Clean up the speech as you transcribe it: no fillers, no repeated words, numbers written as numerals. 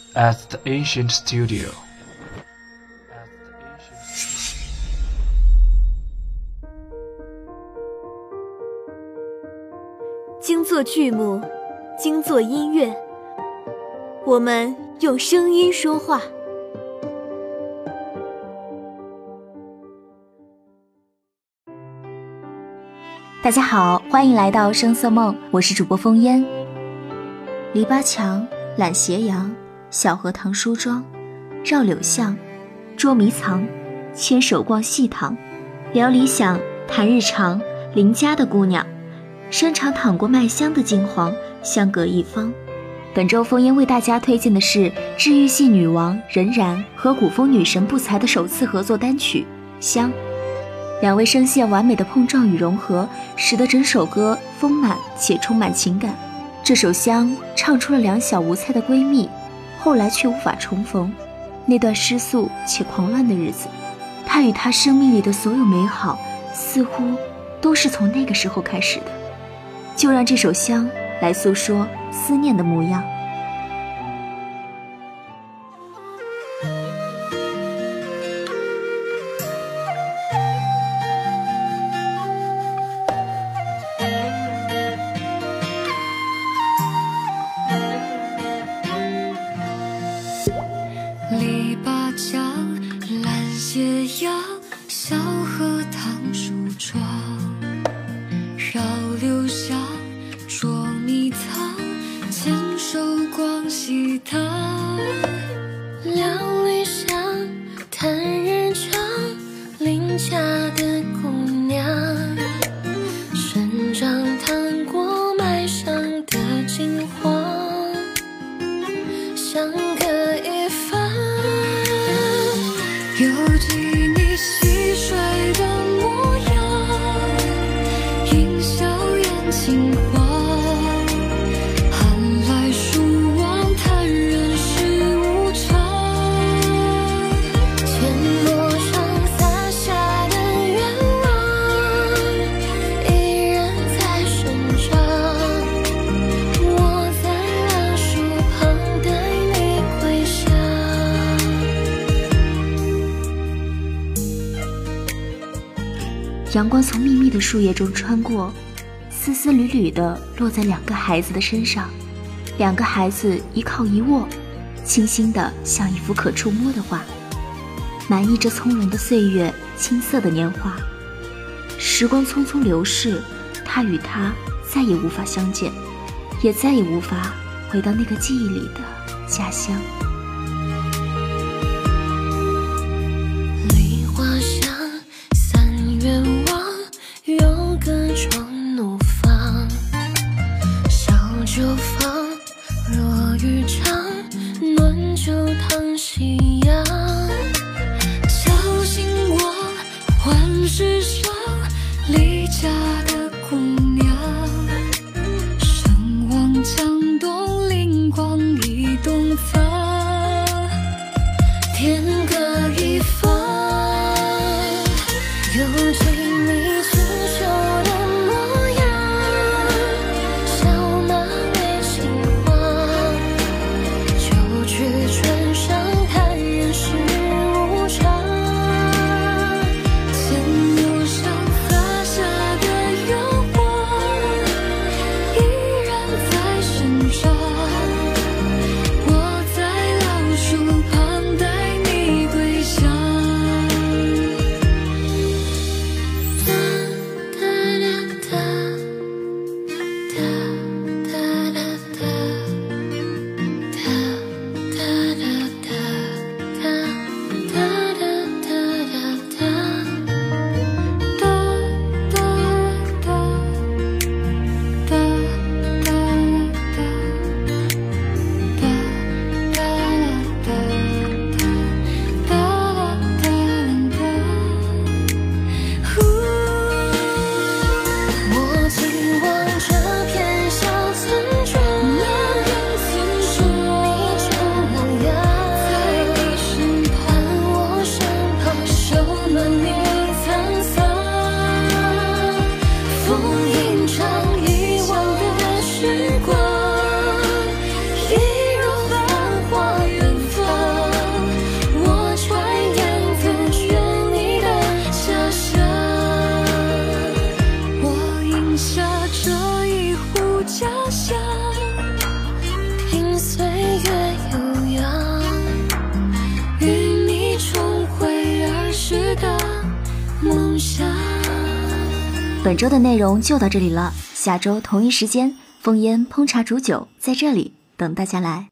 at the ancient studio. 精作剧目，精作音乐，我们用声音说话。 大家好，欢迎来到声色梦，我是主播风烟。篱笆墙、懒斜阳、小荷塘梳妆、绕柳巷、捉迷藏、牵手逛戏堂、聊理想、谈日常、邻家的姑娘，深尝淌过麦香的金黄，相隔一方。本周风烟为大家推荐的是治愈系女王任然和古风女神不才的首次合作单曲《香》。两位声线完美的碰撞与融合，使得整首歌丰满且充满情感。这首《香》唱出了两小无猜的闺蜜，后来却无法重逢，那段失速且狂乱的日子，她与她生命里的所有美好，似乎都是从那个时候开始的。就让这首《香》来诉说思念的模样。 篱笆墙、懒斜阳、小荷塘梳妆，绕柳巷、捉迷藏、牵手逛戏堂， 聊理想、谈日常，邻家的姑娘，生长淌过麦香的金黄，相隔一方。 犹记你戏水的模样，迎笑眼轻晃，寒来暑往，叹人世无常， 阡陌上洒下的愿望，依然在生长。我在蜡树旁待你归乡。 阳光从密密的树叶中穿过，丝丝缕缕地落在两个孩子的身上，两个孩子一靠一卧，清新的像一幅可触摸的画，满溢着从容的岁月，青涩的年华。时光匆匆流逝，他与她再也无法相见，也再也无法回到那个记忆里的家乡。 梨花香，三愿望，有各种怒放。小酒坊，若渔场，暖酒烫夕阳。 敲醒我幻世上离家的姑娘，神往江东，灵光一东藏。 下。 本周的内容就到这里了，下周同一时间，风烟烹茶煮酒在这里等大家来。